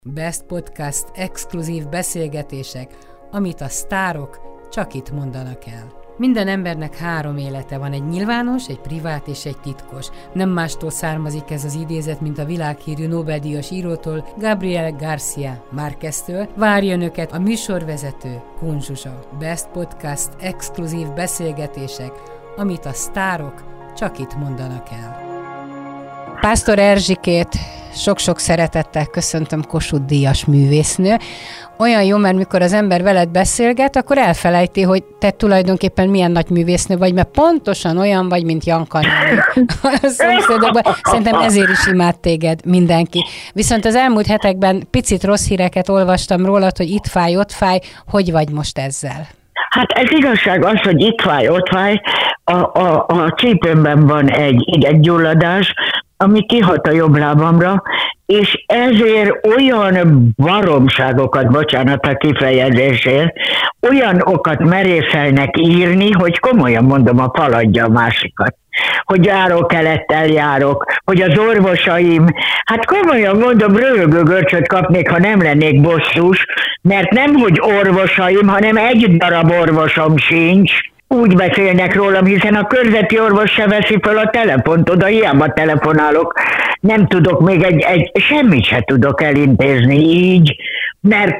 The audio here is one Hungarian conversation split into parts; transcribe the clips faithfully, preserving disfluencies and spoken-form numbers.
Best Podcast exkluzív beszélgetések, amit a sztárok csak itt mondanak el. Minden embernek három élete van, egy nyilvános, egy privát és egy titkos. Nem mástól származik ez az idézet, mint a világhírű Nobel-díjas írótól, Gabriel García Márqueztől. Várja önöket a műsorvezető, Kun Zsuzsa. Best Podcast exkluzív beszélgetések, amit a sztárok csak itt mondanak el. Pásztor Erzsikét sok-sok szeretettel köszöntöm, Kossuth díjas művésznő. Olyan jó, mert mikor az ember veled beszélget, akkor elfelejti, hogy te tulajdonképpen milyen nagy művésznő vagy, mert pontosan olyan vagy, mint Janka néni a szomszédokban. Szerintem ezért is imád téged mindenki. Viszont az elmúlt hetekben picit rossz híreket olvastam rólad, hogy itt fáj, ott fáj. Hogy vagy most ezzel? Hát ez igazság az, hogy itt fáj, ott fáj. A, a, a csípőmben van egy ideggyulladás, ami kihat a jobb lábamra, és ezért olyan baromságokat, bocsánat a kifejezésért, olyanokat merészelnek írni, hogy komolyan mondom, a faladja a másikat. Hogy járókelettel járok, hogy az orvosaim, hát komolyan mondom, röhögő görcsöt kapnék, ha nem lennék bosszus, mert nem, hogy orvosaim, hanem egy darab orvosom sincs. Úgy beszélnek rólam, hiszen a körzeti orvos se veszi fel a telefont, oda hiába telefonálok. Nem tudok még egy, egy semmit se tudok elintézni így, mert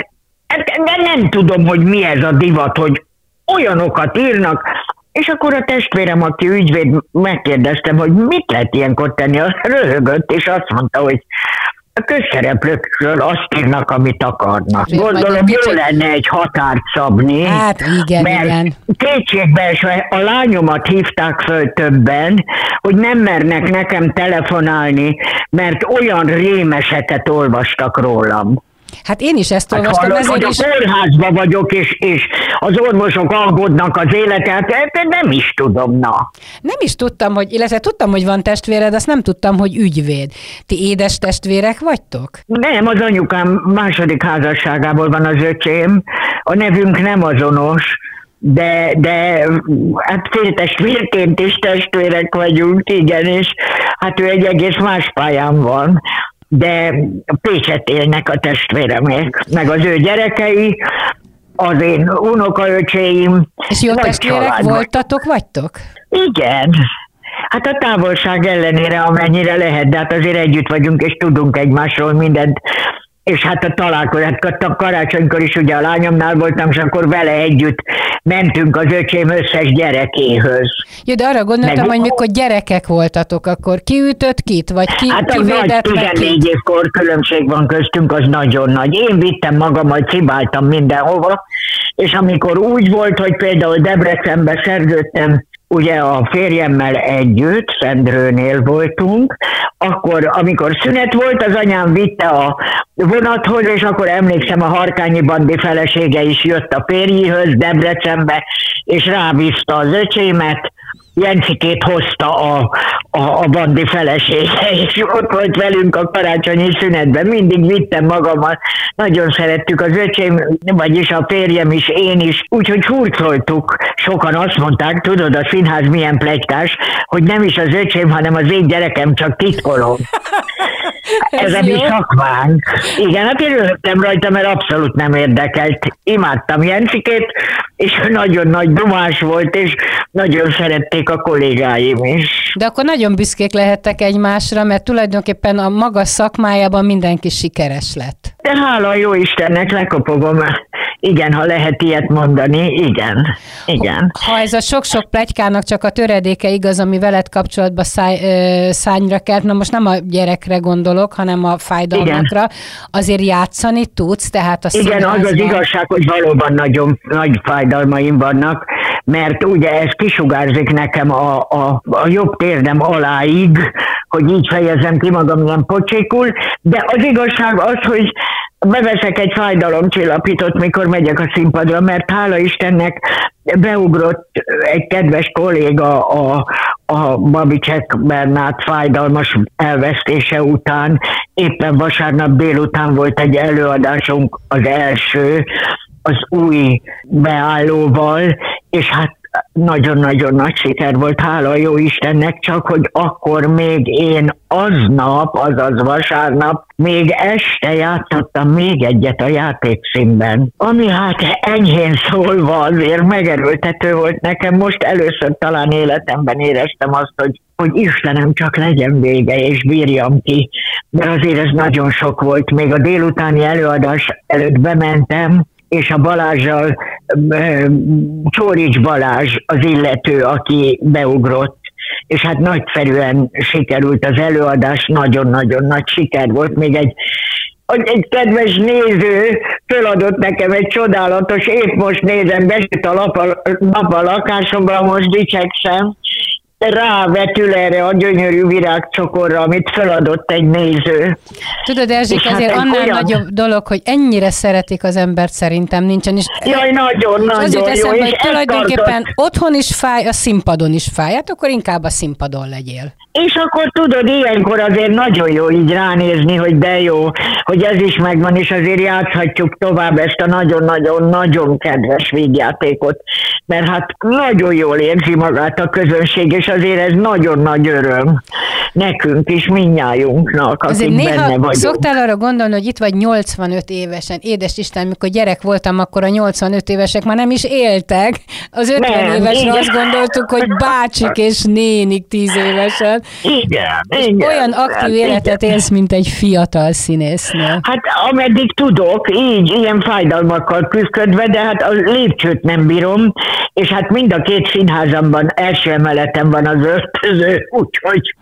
de nem tudom, hogy mi ez a divat, hogy olyanokat írnak, és akkor a testvérem, aki ügyvéd, megkérdeztem, hogy mit lehet ilyenkor tenni, az röhögött, és azt mondta, hogy a közszereplőkről azt írnak, amit akarnak. Gondolom, jó lenne egy határt szabni, hát, igen, mert igen. kétségbeesve a lányomat hívták föl többen, hogy nem mernek nekem telefonálni, mert olyan rémeseket olvastak rólam. Hát én is ezt olvastam, hát hallod, ezért hogy is... a kórházban vagyok, és, és az orvosok aggódnak az életet, nem is tudom, na. Nem is tudtam, hogy, illetve tudtam, hogy van testvéred, azt nem tudtam, hogy ügyvéd. Ti édes testvérek vagytok? Nem, az anyukám második házasságából van az öcsém, a nevünk nem azonos, de, de hát féltestvérként is testvérek vagyunk, igen, és hát ő egy egész más pályán van. De Pécset élnek a testvéremek, meg az ő gyerekei, az én unokaöcséim. És jó testvérek voltatok, vagytok? Igen. Hát a távolság ellenére, amennyire lehet, de hát azért együtt vagyunk, és tudunk egymásról mindent. És hát a találkozás, a karácsonykor is ugye a lányomnál voltam, és akkor vele együtt mentünk az öcsém összes gyerekéhöz. Jó, de arra gondoltam, meg... hogy mikor gyerekek voltatok, akkor ki ütött kit, vagy ki, hát ki védett meg kit? Hát tizennégy évkor különbség van köztünk, az nagyon nagy. Én vittem magammal, cibáltam mindenhova, és amikor úgy volt, hogy például Debrecenbe szerződtem, ugye a férjemmel együtt, Szendrőnél voltunk, akkor amikor szünet volt, az anyám vitte a vonathoz, és akkor emlékszem, a Harkányi Bandi felesége is jött a férjihöz Debrecenbe, és rábízta az öcsémet, Jencikét hozta a, a, a Bandi felesége, és ott volt velünk a karácsonyi szünetben, mindig vittem magammal, nagyon szerettük az öcsém, vagyis a férjem is, én is, úgyhogy hurcoltuk, sokan azt mondták, tudod, a színház milyen pletykás, hogy nem is az öcsém, hanem az én gyerekem, csak titkolom. Ez a mi szakmánk. Igen, hát én röhögtem rajta, mert abszolút nem érdekelt. Imádtam Jencikét, és nagyon nagy dumás volt, és nagyon szerették a kollégáim is. De akkor nagyon büszkék lehettek egymásra, mert tulajdonképpen a maga szakmájában mindenki sikeres lett. De hála jó Istennek, lekopogom. Igen, ha lehet ilyet mondani, igen. igen. Ha ez a sok-sok pletykának csak a töredéke igaz, ami veled kapcsolatban száj, ö, szányra kelt, na most nem a gyerekre gondolok, hanem a fájdalmakra, igen. Azért játszani tudsz, tehát a igen, színházban... az az igazság, hogy valóban nagyon nagy fájdalmaim vannak, mert ugye ez kisugárzik nekem a, a, a jobb térdem aláig, hogy így fejezem ki magam ilyen pocsékul, de az igazság az, hogy beveszek egy fájdalomcsillapítót, mikor megyek a színpadra, mert hála Istennek beugrott egy kedves kolléga a, a Babicsek Bernát fájdalmas elvesztése után. Éppen vasárnap délután volt egy előadásunk, az első, az új beállóval, és hát nagyon-nagyon nagy siker volt, hála jó Istennek, csak hogy akkor még én aznap, azaz vasárnap, még este játszottam még egyet a játékszínben, ami hát enyhén szólva azért megerőltető volt nekem. Most először talán életemben éreztem azt, hogy, hogy Istenem, csak legyen vége, és bírjam ki. De azért ez nagyon sok volt. Még a délutáni előadás előtt bementem, és a Balázsjal, Csórics Balázs az illető, aki beugrott, és hát nagyszerűen sikerült az előadás, nagyon-nagyon nagy siker volt. Még egy, egy kedves néző föladott nekem egy csodálatos, épp most nézem, besült a nap a, nap a lakásomban, most dicsekszem, rávetül erre a gyönyörű virágcsokorra, amit feladott egy néző. Tudod, Erzsik, azért hát annál olyan... nagyobb dolog, hogy ennyire szeretik az embert, szerintem nincsen. És Jaj, nagyon, nagyon az jut eszembe, jó. hogy tulajdonképpen tartott... otthon is fáj, a színpadon is fáj, hát akkor inkább a színpadon legyél. És akkor tudod, ilyenkor azért nagyon jó így ránézni, hogy de jó, hogy ez is megvan, és azért játszhatjuk tovább ezt a nagyon-nagyon-nagyon kedves vígjátékot, mert hát nagyon jól érzi magát a közönség, és azért ez nagyon nagy öröm nekünk is, mindnyájunknak, akik azért benne néha vagyunk. Szoktál arra gondolni, hogy itt vagy nyolcvanöt évesen, édes Isten, mikor gyerek voltam, akkor a nyolcvanöt évesek már nem is éltek. Az ötven nem, évesre igen. Azt gondoltuk, hogy bácsik és nénik tíz évesen. Igen, igen. Olyan aktív igen. életet élsz, mint egy fiatal színésznő. Hát ameddig tudok, így, ilyen fájdalmakkal küzdködve, de hát a lépcsőt nem bírom, és hát mind a két színházamban első emeleten van az öltöző, úgyhogy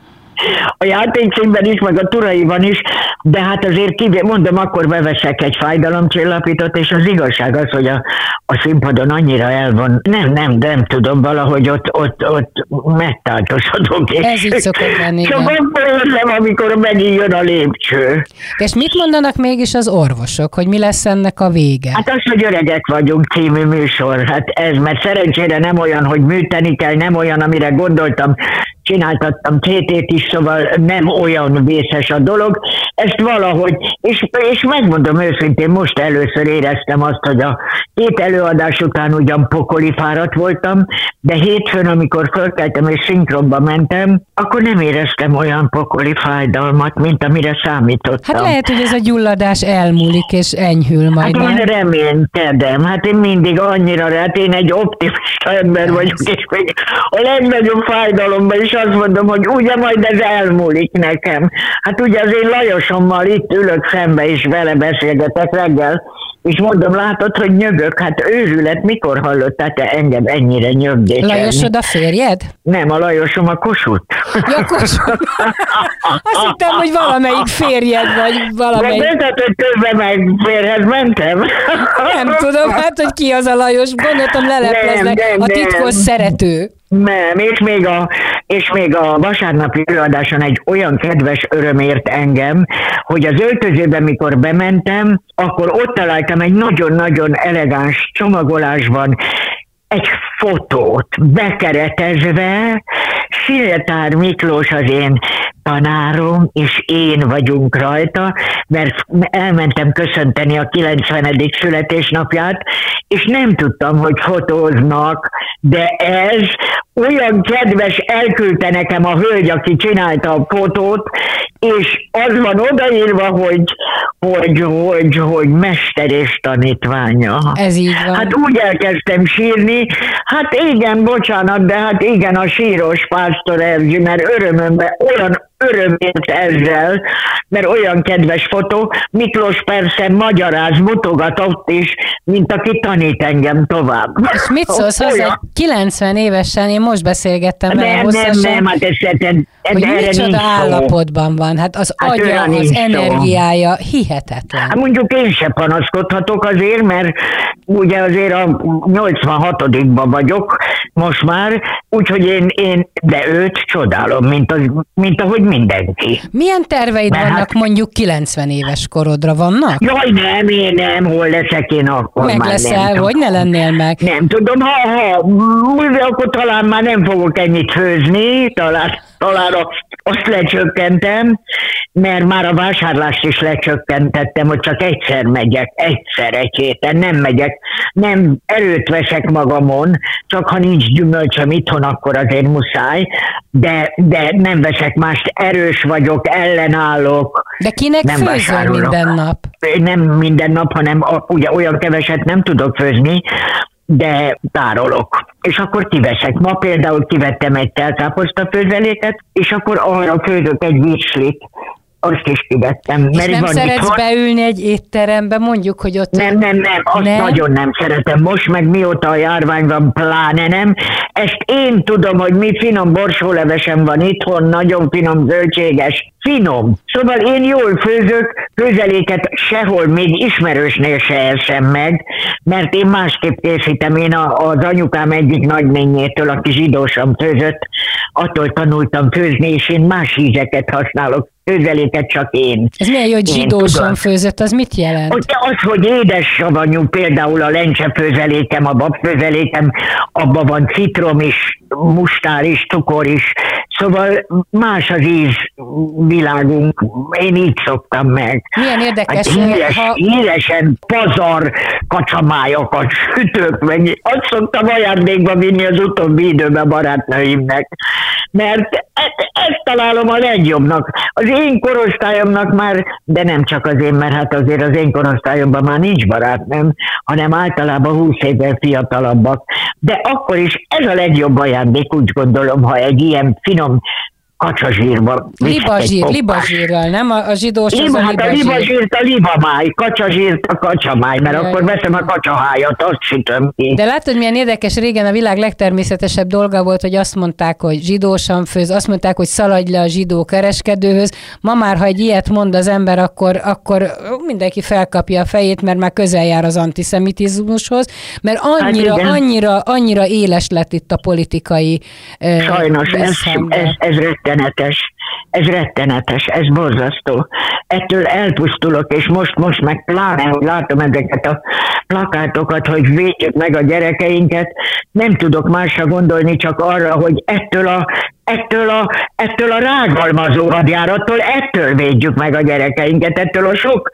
a játékszínben is, meg a Turaiban is, de hát azért kivé, mondom, akkor beveszek egy fájdalomcsillapítót, és az igazság az, hogy a, a színpadon annyira el van, nem, nem, nem tudom, valahogy ott, ott, ott megtáltosodok. Ez így szokott lenni. Csak akkor érzem, amikor megint jön a lépcső. És mit mondanak mégis az orvosok, hogy mi lesz ennek a vége? Hát az, hogy öregek vagyunk című műsor, hát ez, mert szerencsére nem olyan, hogy műteni kell, nem olyan, amire gondoltam, csináltattam tétét is, szóval nem olyan vészes a dolog. Ezt valahogy, és, és megmondom őszintén, most először éreztem azt, hogy a két előadás után ugyan pokoli fáradt voltam, de hétfőn, amikor fölkeltem és szinkronba mentem, akkor nem éreztem olyan pokoli fájdalmat, mint amire számítottam. Hát lehet, hogy ez a gyulladás elmúlik és enyhül majd. Hát én reménykedem, hát én mindig annyira, hát én egy optimista ember vagyok, és még a legnagyobb fájdalomban is azt mondom, hogy ugye majd ez elmúlik nekem. Hát ugye az én Lajosommal itt ülök szembe, és vele beszélgetek reggel, és mondom, látod, hogy nyögök, hát őrület, mikor hallottál te engem ennyire nyögdékelni? Lajosod a férjed? Nem, a Lajosom a Kossuth. Ja, Kossuth. Azt hittem, hogy valamelyik férjed vagy valamelyik. De mondtad, hogy közben meg férhez mentem. Nem tudom, hát, hogy ki az a Lajos, gondoltam lelepleznek, a titkos nem. Szerető. Nem, és még, a, és még a vasárnapi előadáson egy olyan kedves öröm ért engem, hogy az öltözőben, mikor bementem, akkor ott találtam egy nagyon-nagyon elegáns csomagolásban egy fotót bekeretezve, Sziltár Miklós az én tanárom, és én vagyunk rajta, mert elmentem köszönteni a kilencvenedik születésnapját, és nem tudtam, hogy fotóznak, de ez olyan kedves, elküldte nekem a hölgy, aki csinálta a fotót, és az van odaírva, hogy, hogy, hogy, hogy mester és tanítványa. Ez így van. Hát úgy elkezdtem sírni, hát igen, bocsánat, de hát igen, a síros Pásztor Erzsi, mert örömömben olyan örömért ezzel, mert olyan kedves fotó, Miklós persze magyaráz, mutogatott is, mint aki tanít engem tovább. És mit szólsz hozzá, kilencven évesen, én most beszélgettem vele nem, hosszasan, nem, nem, hát ez, hogy micsoda állapotban van, hát az hát agya, az energiája szó. Hihetetlen. Hát mondjuk én se panaszkodhatok azért, mert ugye azért a nyolcvanhatodikban vagyok most már, úgyhogy én, én de őt csodálom, mint, az, mint ahogy mindenki. Milyen terveid mert vannak hát, mondjuk kilencven éves korodra vannak? Jaj, nem, én nem, hol leszek én akkor meg már leszel, hogy ne lennél meg? Nem tudom, ha, ha, akkor talán már nem fogok ennyit főzni, talán talán azt, azt lecsökkentem, mert már a vásárlást is lecsökkentettem, hogy csak egyszer megyek, egyszer egy héten, nem megyek, nem erőt veszek magamon, csak ha nincs gyümölcsöm itthon, akkor azért muszáj, de, de nem veszek mást, erős vagyok, ellenállok. De kinek nem főzöl minden nap? Nem minden nap, hanem ugye olyan keveset nem tudok főzni, de tárolok. És akkor kiveszek. Ma például kivettem egy teltkáposzta főzeléket, és akkor arra főzök egy virslit. Azt is kivettem. És nem van szeretsz itthon beülni egy étterembe, mondjuk, hogy ott... Nem, nem, nem, azt nem? Nagyon nem szeretem. Most meg mióta a járvány van, pláne nem. Ezt én tudom, hogy mi finom borsólevesem van itthon, nagyon finom, zöldséges, finom. Szóval én jól főzök, főzeléket sehol, még ismerősnél se eszem meg, mert én másképp készítem. Én a, az anyukám egyik nagynényétől, aki zsidósan főzött, attól tanultam főzni, és én más ízeket használok. Főzeléket csak én. Ez milyen jó, hogy zsidósan főzött, az mit jelent? Az, hogy édes savanyú, például a lencse főzelékem, a babfőzelékem, abban van citrom is, mustár is, cukor is, szóval más az íz világunk, én így szoktam meg. Milyen érdekes, hát híres, ha... híresen pazar kacsamájokat sütök meg, azt szoktam ajándékba vinni az utóbbi időben barátnőimnek, mert ezt találom a legjobbnak. Az én korosztályomnak már, de nem csak az én, mert hát azért az én korosztályomban már nincs barátnőm, hanem általában húsz évvel fiatalabbak. De akkor is ez a legjobb ajándék, úgy gondolom, ha egy ilyen finom kacsazsírba. Libazsír, libazsírral, nem? A, a zsidós Liba, az a libazsír. Hát a libazsírt a libamáj, kacsazsírt a kacsamáj, mert Jaj. akkor veszem a kacsahájat, azt sütöm ki. De látod, milyen érdekes, régen a világ legtermészetesebb dolga volt, hogy azt mondták, hogy zsidósan főz, azt mondták, hogy szaladj le a zsidó kereskedőhöz. Ma már, ha egy ilyet mond az ember, akkor, akkor mindenki felkapja a fejét, mert már közel jár az antiszemitizmushoz, mert annyira, hát annyira, annyira éles lett itt a politikai Sajnos, ez, ez, ez rettenetes, ez rettenetes, ez borzasztó. Ettől elpusztulok, és most, most meg pláne, hogy látom ezeket a plakátokat, hogy védjük meg a gyerekeinket, nem tudok másra gondolni, csak arra, hogy ettől a Ettől a, ettől a rágalmazó hadjárattól, ettől védjük meg a gyerekeinket, ettől a sok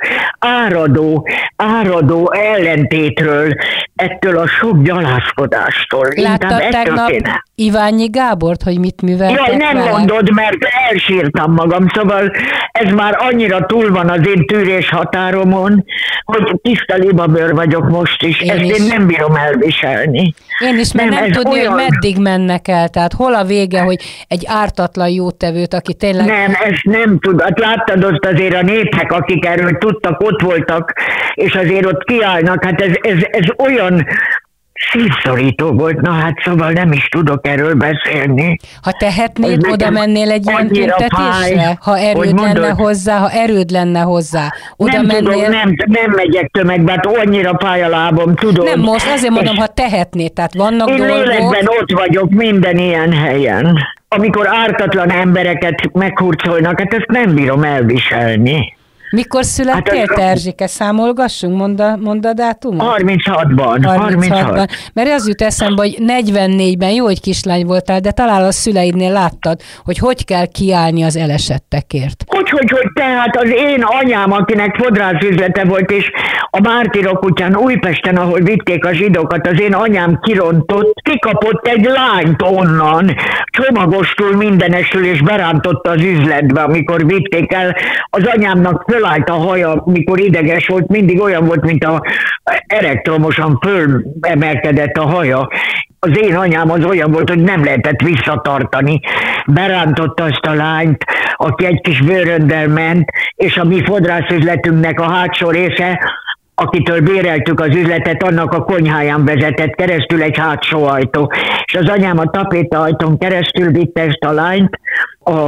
áradó, áradó ellentétről, ettől a sok gyalázkodástól. Láttad tegnap kéne. Iványi Gábort, hogy mit műveltek Jaj, nem vele? mondod, mert elsírtam magam, szóval ez már annyira túl van az én tűrés határomon, hogy tiszta libabőr vagyok most is, én ezt is. Én nem bírom elviselni. Én is, mert nem, nem tudni, olyan... hogy meddig mennek el, tehát hol a vége, hogy egy ártatlan jótevőt, aki tényleg... Nem, ezt nem tud. Hát láttad azt azért a népek, akik erről tudtak, ott voltak, és azért ott kiállnak. Hát ez, ez, ez olyan szívszorító volt, na hát szóval nem is tudok erről beszélni. Ha tehetnéd, oda mennél egy ilyen tüntetésre? Ha erőd lenne hozzá, ha erőd lenne hozzá. Oda nem mennél... tudom, nem, nem megyek tömegbe, hát annyira fáj a lábom, tudom. Nem most, azért mondom, ha tehetnéd, tehát vannak én dolgok... Én lélekben ott vagyok minden ilyen helyen. Amikor ártatlan embereket meghurcolnak, hát ezt nem bírom elviselni. Mikor születtél, hát, te Erzsike? Számolgassunk, mondd a, mondd a dátumot? harminchatban. harminchatban. Mert az jut eszembe, hogy negyvennégyben jó, hogy kislány voltál, de talán a szüleidnél láttad, hogy hogy kell kiállni az elesettekért. Hogy, hogy, hogy tehát az én anyám, akinek fodrászüzlete volt, és a Mártirok után Újpesten, ahol vitték a zsidókat, az én anyám kirontott, kikapott egy lányt onnan, csomagostul mindenesül, és berántotta az üzletbe, amikor vitték el. Az anyámnak fölállt a haja, mikor ideges volt, mindig olyan volt, mint a elektromosan fölemelkedett a haja. Az én anyám az olyan volt, hogy nem lehetett visszatartani. Berántotta azt a lányt, aki egy kis bőröndel ment, és a mi fodrászüzletünknek a hátsó része, akitől béreltük az üzletet, annak a konyháján vezetett keresztül egy hátsó ajtó. És az anyám a tapéta ajtón keresztül vitte ezt a lányt a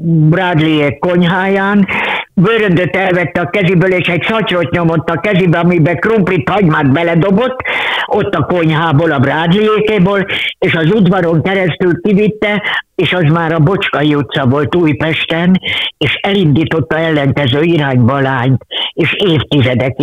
Bradley konyháján, bőröndöt elvette a keziből, és egy szatyrot nyomott a kezébe, amiben krumplit, hagymát beledobott, ott a konyhából, a Bradley-ékéból, és az udvaron keresztül kivitte, és az már a Bocskai utca volt Újpesten, és elindította ellenkező irányba a lányt, és évtizedekig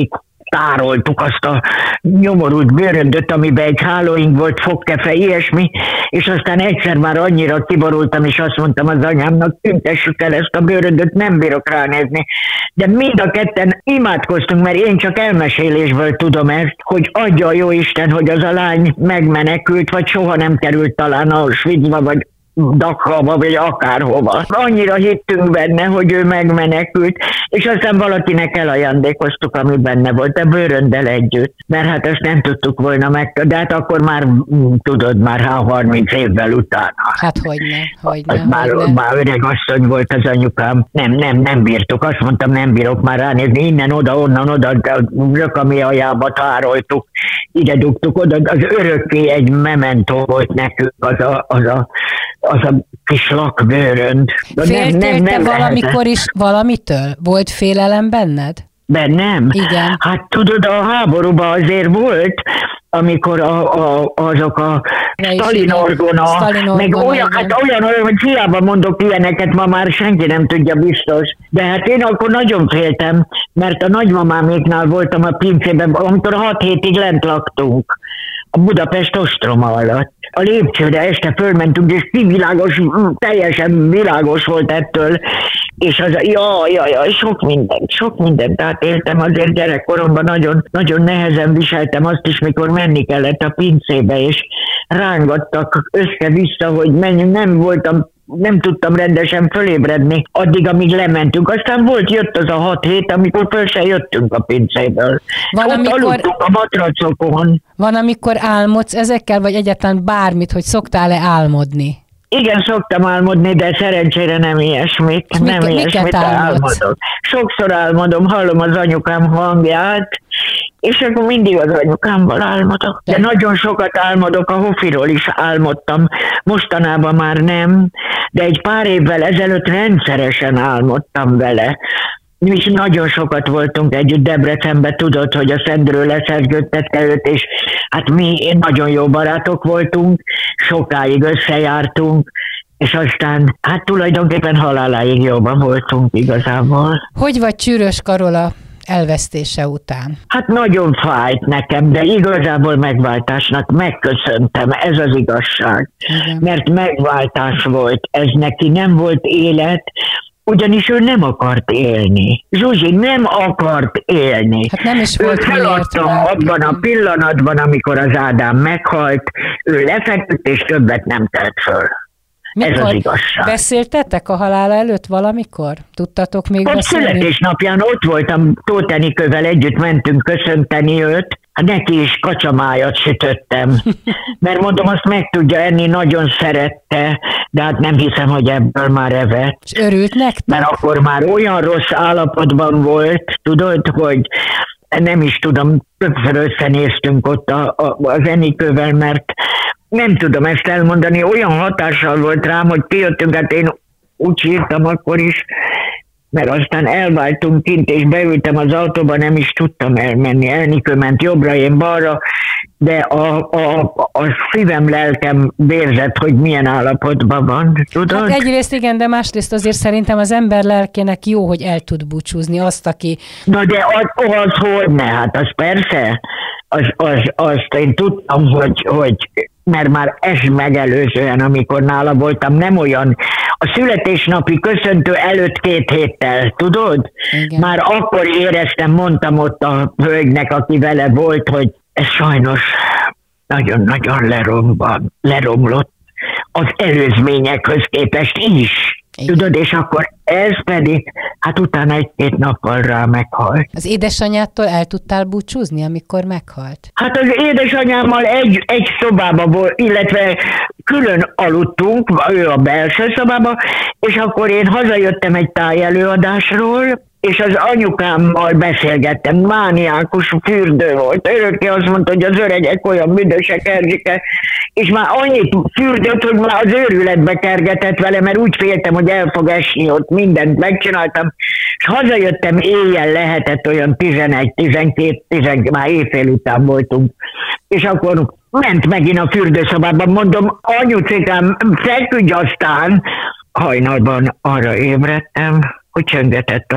tároltuk azt a nyomorult bőröndöt, amiben egy hálóink volt, fogkefe, ilyesmi, és aztán egyszer már annyira kiborultam, és azt mondtam az anyámnak, tüntessük el ezt a bőröndöt, nem bírok ránézni. De mind a ketten imádkoztunk, mert én csak elmesélésből tudom ezt, hogy adja a jóisten, hogy az a lány megmenekült, vagy soha nem került talán Auschwitzba, vagy Dachauba, vagy akárhova. Annyira hittünk benne, hogy ő megmenekült, és aztán valakinek elajándékoztuk, ami benne volt, a bőrönddel együtt. Mert hát ezt nem tudtuk volna meg, de hát akkor már, tudod, már harminc évvel utána. Hát hogyne, hogyne, hogyne. Már, már öreg asszony volt az anyukám. Nem, nem, nem bírtuk. Azt mondtam, nem bírok már ránézni. Innen, oda, onnan, oda, rökami ajába tároltuk. Ide dugtuk, oda. Az örökké egy mementó volt nekünk az a, az a az a kis lakbőrönd. Féltél te valamikor is valamitől? Volt félelem benned? Bennem? Igen. Hát tudod, a háborúban azért volt, amikor a, a, azok a Stalin orgona, meg olyan, hát olyan, olyan, hogy hiába mondok ilyeneket, ma már senki nem tudja biztos. De hát én akkor nagyon féltem, mert a nagymamáméknál voltam a pincében, amikor hat hétig lent laktunk, a Budapest ostroma alatt. A lépcsőre este fölmentünk, és kivilágos, teljesen világos volt ettől, és az, jaj, jaj, jaj, sok mindent, sok mindent átéltem, azért gyerekkoromban nagyon, nagyon nehezen viseltem azt is, mikor menni kellett a pincébe, és rángattak össze-vissza, hogy menjünk, nem voltam, nem tudtam rendesen fölébredni, addig, amíg lementünk. Aztán volt, jött az a hat hét, amikor föl se jöttünk a pincéből. Van, ott amikor... aludtunk a matracokon. Van, amikor álmodsz ezekkel, vagy egyáltalán bármit, hogy szoktál-e álmodni? Igen, szoktam álmodni, de szerencsére nem ilyesmit. És nem mik, ilyesmit álmodok. Sokszor álmodom, hallom az anyukám hangját, és akkor mindig az anyukámmal álmodok. De nagyon sokat álmodok, a Hofiról is álmodtam, mostanában már nem, de egy pár évvel ezelőtt rendszeresen álmodtam vele. Mi is nagyon sokat voltunk együtt Debrecenben, tudod, hogy a Szentről leszerződtette őt, és hát mi nagyon jó barátok voltunk, sokáig összejártunk, és aztán hát tulajdonképpen haláláig jobban voltunk igazából. Hogy vagy Csűrös Karola elvesztése után? Hát nagyon fájt nekem, de igazából megváltásnak megköszöntem, ez az igazság. Igen. Mert megváltás volt, ez neki nem volt élet, ugyanis ő nem akart élni. Zsuzsi nem akart élni. Hát nem is volt miért. Abban a pillanatban, amikor az Ádám meghalt, ő lefeküdt, és többet nem tett föl. Mikor ez az igazság. Beszéltetek a halála előtt valamikor? Tudtatok még ott beszélni? Születésnapján ott voltam, Tóth Enikővel együtt mentünk köszönteni őt, hát neki is kacsamájat sütöttem, mert mondom, azt meg tudja enni, nagyon szerette, de hát nem hiszem, hogy ebből már evett. És örült nektek? Mert akkor már olyan rossz állapotban volt, tudod, hogy nem is tudom, többször összenéztünk ott a, a, az Enikővel, mert nem tudom ezt elmondani, olyan hatással volt rám, hogy kijöttünk, hát én úgy sírtam akkor is, mert aztán elváltunk kint, és beültem az autóba, nem is tudtam elmenni. Enikő ment jobbra, én balra, de a, a, a szívem, lelkem vérzett, hogy milyen állapotban van, tudod? Hát egyrészt igen, de másrészt azért szerintem az ember lelkének jó, hogy el tud búcsúzni azt, aki... Na de az, az hogy ne, hát az persze, az, az, azt én tudtam, hogy, hogy mert már ez megelőzően, amikor nála voltam, nem olyan, a születésnapi köszöntő előtt két héttel, tudod? Igen. Már akkor éreztem, mondtam ott a hölgynek, aki vele volt, hogy ez sajnos nagyon-nagyon leromban, leromlott az előzményekhöz képest is. Igen. Tudod, és akkor ez pedig, hát utána egy-két nappal rá meghalt. Az édesanyádtól el tudtál búcsúzni, amikor meghalt? Hát az édesanyámmal egy, egy szobában volt, illetve külön aludtunk, ő a belső szobában, és akkor én hazajöttem egy tájelőadásról, és az anyukámmal beszélgettem, mániákus fürdő volt. Örökké azt mondta, hogy az öregek olyan büdösek, Erzsike, és már annyit fürdött, hogy már az őrületbe kergetett vele, mert úgy féltem, hogy el fog esni, ott mindent megcsináltam, és hazajöttem, éjjel lehetett olyan tizenegy, tizenkét, tizenkét, már éjfél után voltunk, és akkor ment megint a fürdőszobában, mondom, anyucikám, feküdj, aztán hajnalban arra ébredtem, hogy csöngetett az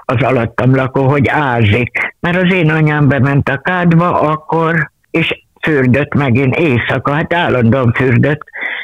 az alattam lakó, hogy ázik. Mert az én anyám bement a kádba akkor, és fürdött megint éjszaka, hát állandóan fürdött,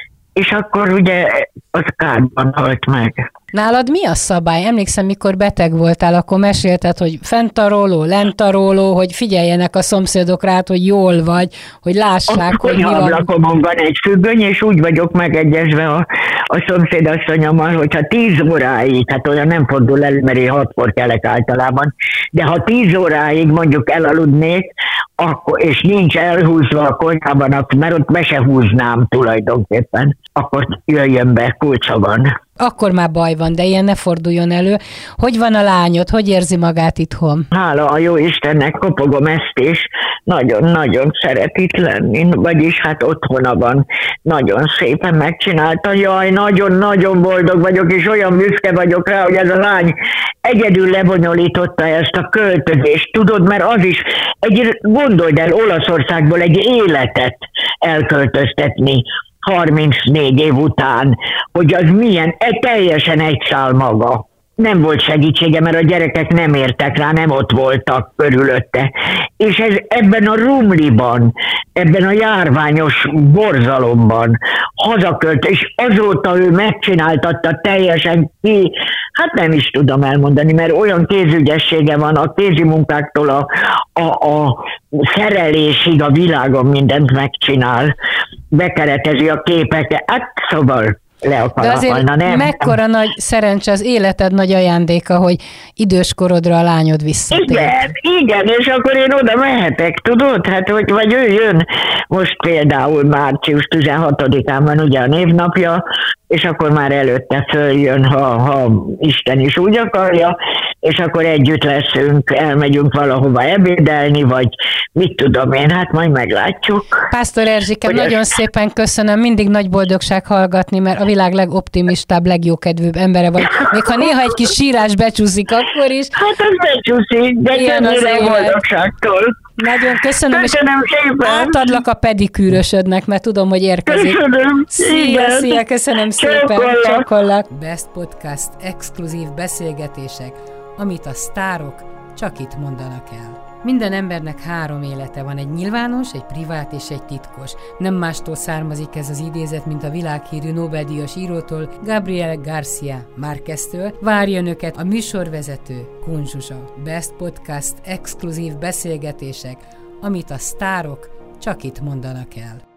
és akkor ugye az kádban halt meg. Nálad mi a szabály? Emlékszem, mikor beteg voltál, akkor mesélted, hogy fentaroló, lentaroló, hogy figyeljenek a szomszédok rád, hogy jól vagy, hogy lássák, a hogy mi van. A ablakomon van egy függöny, és úgy vagyok megegyezve a, a szomszédasszonyommal, hogyha tíz óráig, hát olyan nem fordul elő, mert én hatkor kelek általában, de ha tíz óráig mondjuk elaludnék, akkor, és nincs elhúzva a konyhában, mert ott be se húznám tulajdonképpen, akkor jöjjön be, kulcsa van. Akkor már baj van, de ilyen ne forduljon elő. Hogy van a lányod? Hogy érzi magát itthon? Hála a jó Istennek, kopogom ezt is. Nagyon-nagyon szeret itt lenni, vagyis hát otthona van. Nagyon szépen megcsinálta. Jaj, nagyon-nagyon boldog vagyok, és olyan büszke vagyok rá, hogy ez a lány egyedül lebonyolította ezt a költözést. Tudod, mert az is, egy, gondold el, Olaszországból egy életet elköltöztetni harmincnégy év után, hogy az milyen, egy teljesen egy szál maga. Nem volt segítsége, mert a gyerekek nem értek rá, nem ott voltak körülötte. És ez ebben a rumliban, ebben a járványos borzalomban hazakölt, és azóta ő megcsináltatta teljesen ki, hát nem is tudom elmondani, mert olyan kézügyessége van a kézi munkáktól a, a, a szerelésig a világon mindent megcsinál, bekeretezi a képeket, hát szóval le akar de azért halna, nem? mekkora nagy szerencse, az életed nagy ajándéka, hogy időskorodra a lányod visszatér. Igen, igen, és akkor én oda mehetek, tudod? Hát, hogy vagy ő jön, most például március tizenhatodikán van ugye a névnapja, és akkor már előtte följön, ha, ha Isten is úgy akarja, és akkor együtt leszünk, elmegyünk valahova ebédelni, vagy mit tudom én, hát majd meglátjuk. Pásztor Erzsike, nagyon ezt... szépen köszönöm, mindig nagy boldogság hallgatni, mert a világ legoptimistább, legjókedvűbb embere vagy. Még ha néha egy kis sírás becsúszik, akkor is. Hát az becsúszik, de többnyire boldogságtól. Nagyon köszönöm, köszönöm és szépen. átadlak a pedikűrösödnek, mert tudom, hogy érkezik. Köszönöm. Szia, szia, köszönöm szépen. Csókollak. Csókollak. Best Podcast, exkluzív beszélgetések, amit a sztárok csak itt mondanak el. Minden embernek három élete van, egy nyilvános, egy privát és egy titkos. Nem mástól származik ez az idézet, mint a világhírű Nobel-díjas írótól, Gabriel García Márqueztől. Várja önöket a műsorvezető, Kun Zsuzsa. Best Podcast, exkluzív beszélgetések, amit a sztárok csak itt mondanak el.